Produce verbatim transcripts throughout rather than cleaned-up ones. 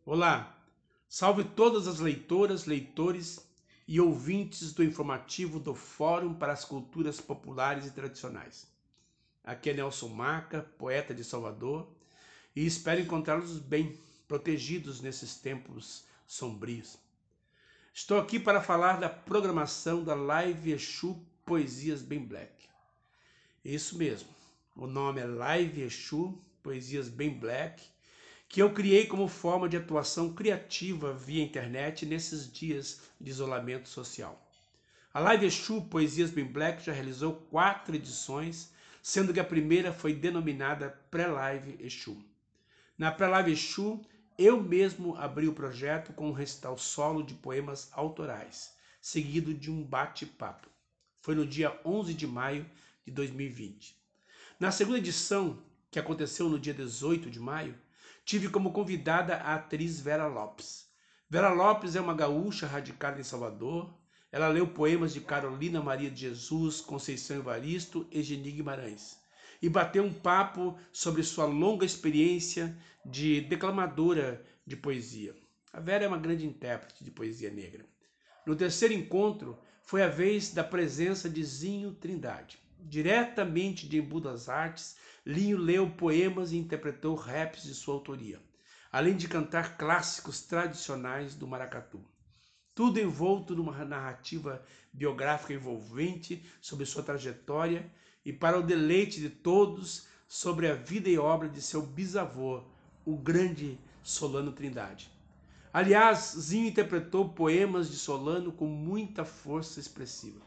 Olá, salve todas as leitoras, leitores e ouvintes do informativo do Fórum para as Culturas Populares e Tradicionais. Aqui é Nelson Maca, poeta de Salvador, e espero encontrá-los bem, protegidos nesses tempos sombrios. Estou aqui para falar da programação da Live Exu Poesias Bem Black. Isso mesmo, o nome é Live Exu Poesias Bem Black, que eu criei como forma de atuação criativa via internet nesses dias de isolamento social. A Live Exu Poesias Bem Black já realizou quatro edições, sendo que a primeira foi denominada Pré-Live Exu. Na Pré-Live Exu, eu mesmo abri o projeto com um recital solo de poemas autorais, seguido de um bate-papo. Foi no dia onze de maio de dois mil e vinte. Na segunda edição, que aconteceu no dia dezoito de maio, tive como convidada a atriz Vera Lopes. Vera Lopes é uma gaúcha radicada em Salvador. Ela leu poemas de Carolina Maria de Jesus, Conceição Evaristo e Geni Guimarães. E bateu um papo sobre sua longa experiência de declamadora de poesia. A Vera é uma grande intérprete de poesia negra. No terceiro encontro, foi a vez da presença de Zinho Trindade. Diretamente de Embu das Artes, Linho leu poemas e interpretou raps de sua autoria, além de cantar clássicos tradicionais do maracatu. Tudo envolto numa narrativa biográfica envolvente sobre sua trajetória e, para o deleite de todos, sobre a vida e obra de seu bisavô, o grande Solano Trindade. Aliás, Zinho interpretou poemas de Solano com muita força expressiva.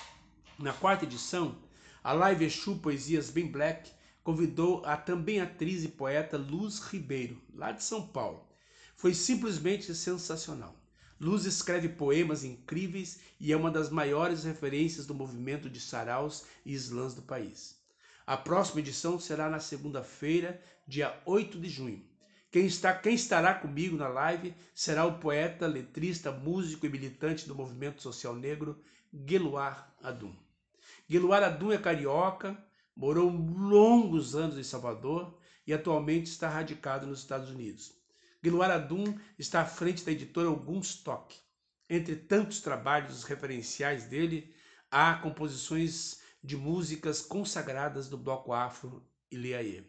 Na quarta edição, a Live Exu Poesias Bem Black convidou a também atriz e poeta Luz Ribeiro, lá de São Paulo. Foi simplesmente sensacional. Luz escreve poemas incríveis e é uma das maiores referências do movimento de saraus e slams do país. A próxima edição será na segunda-feira, dia oito de junho. Quem, está, quem estará comigo na live será o poeta, letrista, músico e militante do movimento social negro, Gueluar Adum. Gueluar Adum é carioca, morou longos anos em Salvador e atualmente está radicado nos Estados Unidos. Gueluar Adum está à frente da editora Alguns Toque. Entre tantos trabalhos referenciais dele, há composições de músicas consagradas do Bloco Afro e Leaê.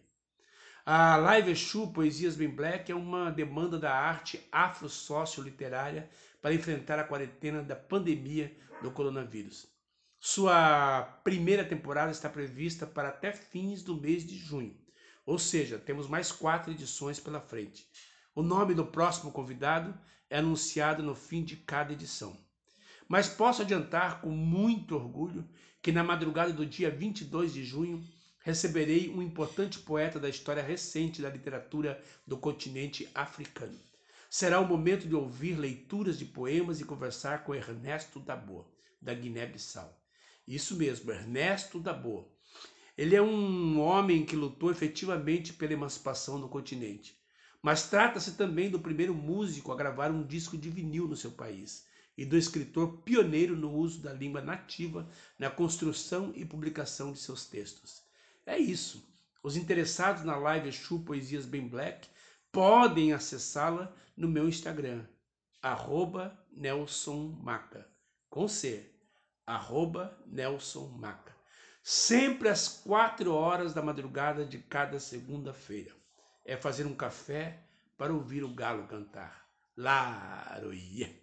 A Live Exu Poesias Bem Black é uma demanda da arte afro-sócio-literária para enfrentar a quarentena da pandemia do coronavírus. Sua primeira temporada está prevista para até fins do mês de junho, ou seja, temos mais quatro edições pela frente. O nome do próximo convidado é anunciado no fim de cada edição. Mas posso adiantar com muito orgulho que na madrugada do dia vinte e dois de junho receberei um importante poeta da história recente da literatura do continente africano. Será o momento de ouvir leituras de poemas e conversar com Ernesto Dabo, da Guiné-Bissau. Isso mesmo, Ernesto Dabo. Ele é um homem que lutou efetivamente pela emancipação do continente. Mas trata-se também do primeiro músico a gravar um disco de vinil no seu país e do escritor pioneiro no uso da língua nativa na construção e publicação de seus textos. É isso. Os interessados na Live Exu Poesias Bem Black podem acessá-la no meu Instagram, arroba Nelson Maca, com C. arroba Nelson Maca, sempre às quatro horas da madrugada de cada segunda-feira. É fazer um café para ouvir o galo cantar. Laroia!